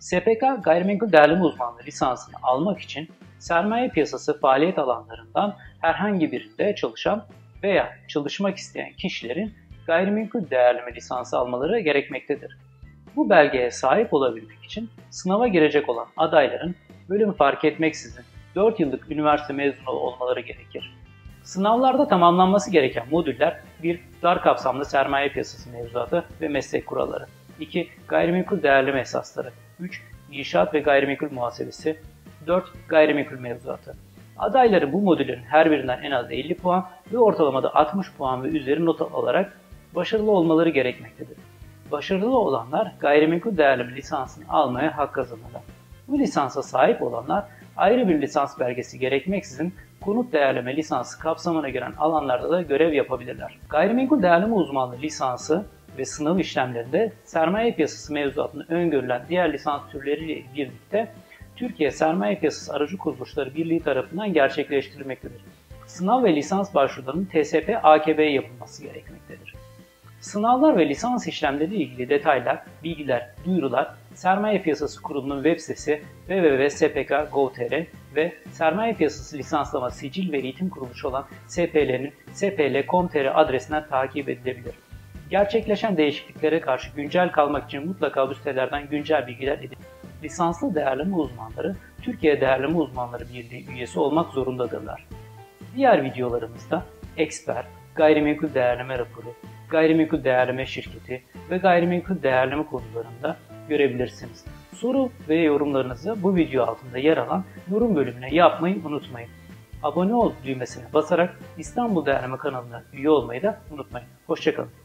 SPK Gayrimenkul Değerleme Uzmanlığı lisansını almak için sermaye piyasası faaliyet alanlarından herhangi birinde çalışan veya çalışmak isteyen kişilerin gayrimenkul değerleme lisansı almaları gerekmektedir. Bu belgeye sahip olabilmek için sınava girecek olan adayların bölüm fark etmeksizin 4 yıllık üniversite mezunu olmaları gerekir. Sınavlarda tamamlanması gereken modüller 1. Dar kapsamlı sermaye piyasası mevzuatı ve meslek kuralları. 2. Gayrimenkul değerleme esasları. 3. İnşaat ve gayrimenkul muhasebesi. 4. Gayrimenkul mevzuatı. Adayların bu modüllerin her birinden en az 50 puan ve ortalamada 60 puan ve üzeri not alarak başarılı olmaları gerekmektedir. Başarılı olanlar gayrimenkul değerleme lisansını almaya hak kazanırlar. Bu lisansa sahip olanlar ayrı bir lisans belgesi gerekmeksizin konut değerleme lisansı kapsamına giren alanlarda da görev yapabilirler. Gayrimenkul değerleme uzmanlığı lisansı ve sınav işlemlerinde sermaye piyasası mevzuatında öngörülen diğer lisans türleriyle birlikte Türkiye Sermaye Piyasası Aracı Kuruluşları Birliği tarafından gerçekleştirilmektedir. Sınav ve lisans başvurularının TSP-AKB'ye yapılması gerekmektedir. Sınavlar ve lisans işlemleri ile ilgili detaylar, bilgiler, duyurular Sermaye Piyasası Kurulu'nun web sitesi www.spk.gov.tr ve Sermaye Piyasası Lisanslama Sicil ve Eğitim Kuruluşu olan SPL'nin spl.com.tr adresinden takip edilebilir. Gerçekleşen değişikliklere karşı güncel kalmak için mutlaka bu sitelerden güncel bilgiler edin. Lisanslı değerleme uzmanları Türkiye Değerleme Uzmanları Birliği üyesi olmak zorundadırlar. Diğer videolarımızda Eksper, Gayrimenkul Değerleme Raporu, Gayrimenkul Değerleme Şirketi ve Gayrimenkul Değerleme konularında görebilirsiniz. Soru ve yorumlarınızı bu video altında yer alan yorum bölümüne yapmayı unutmayın. Abone ol düğmesine basarak İstanbul Değerleme kanalına üye olmayı da unutmayın. Hoşça kalın.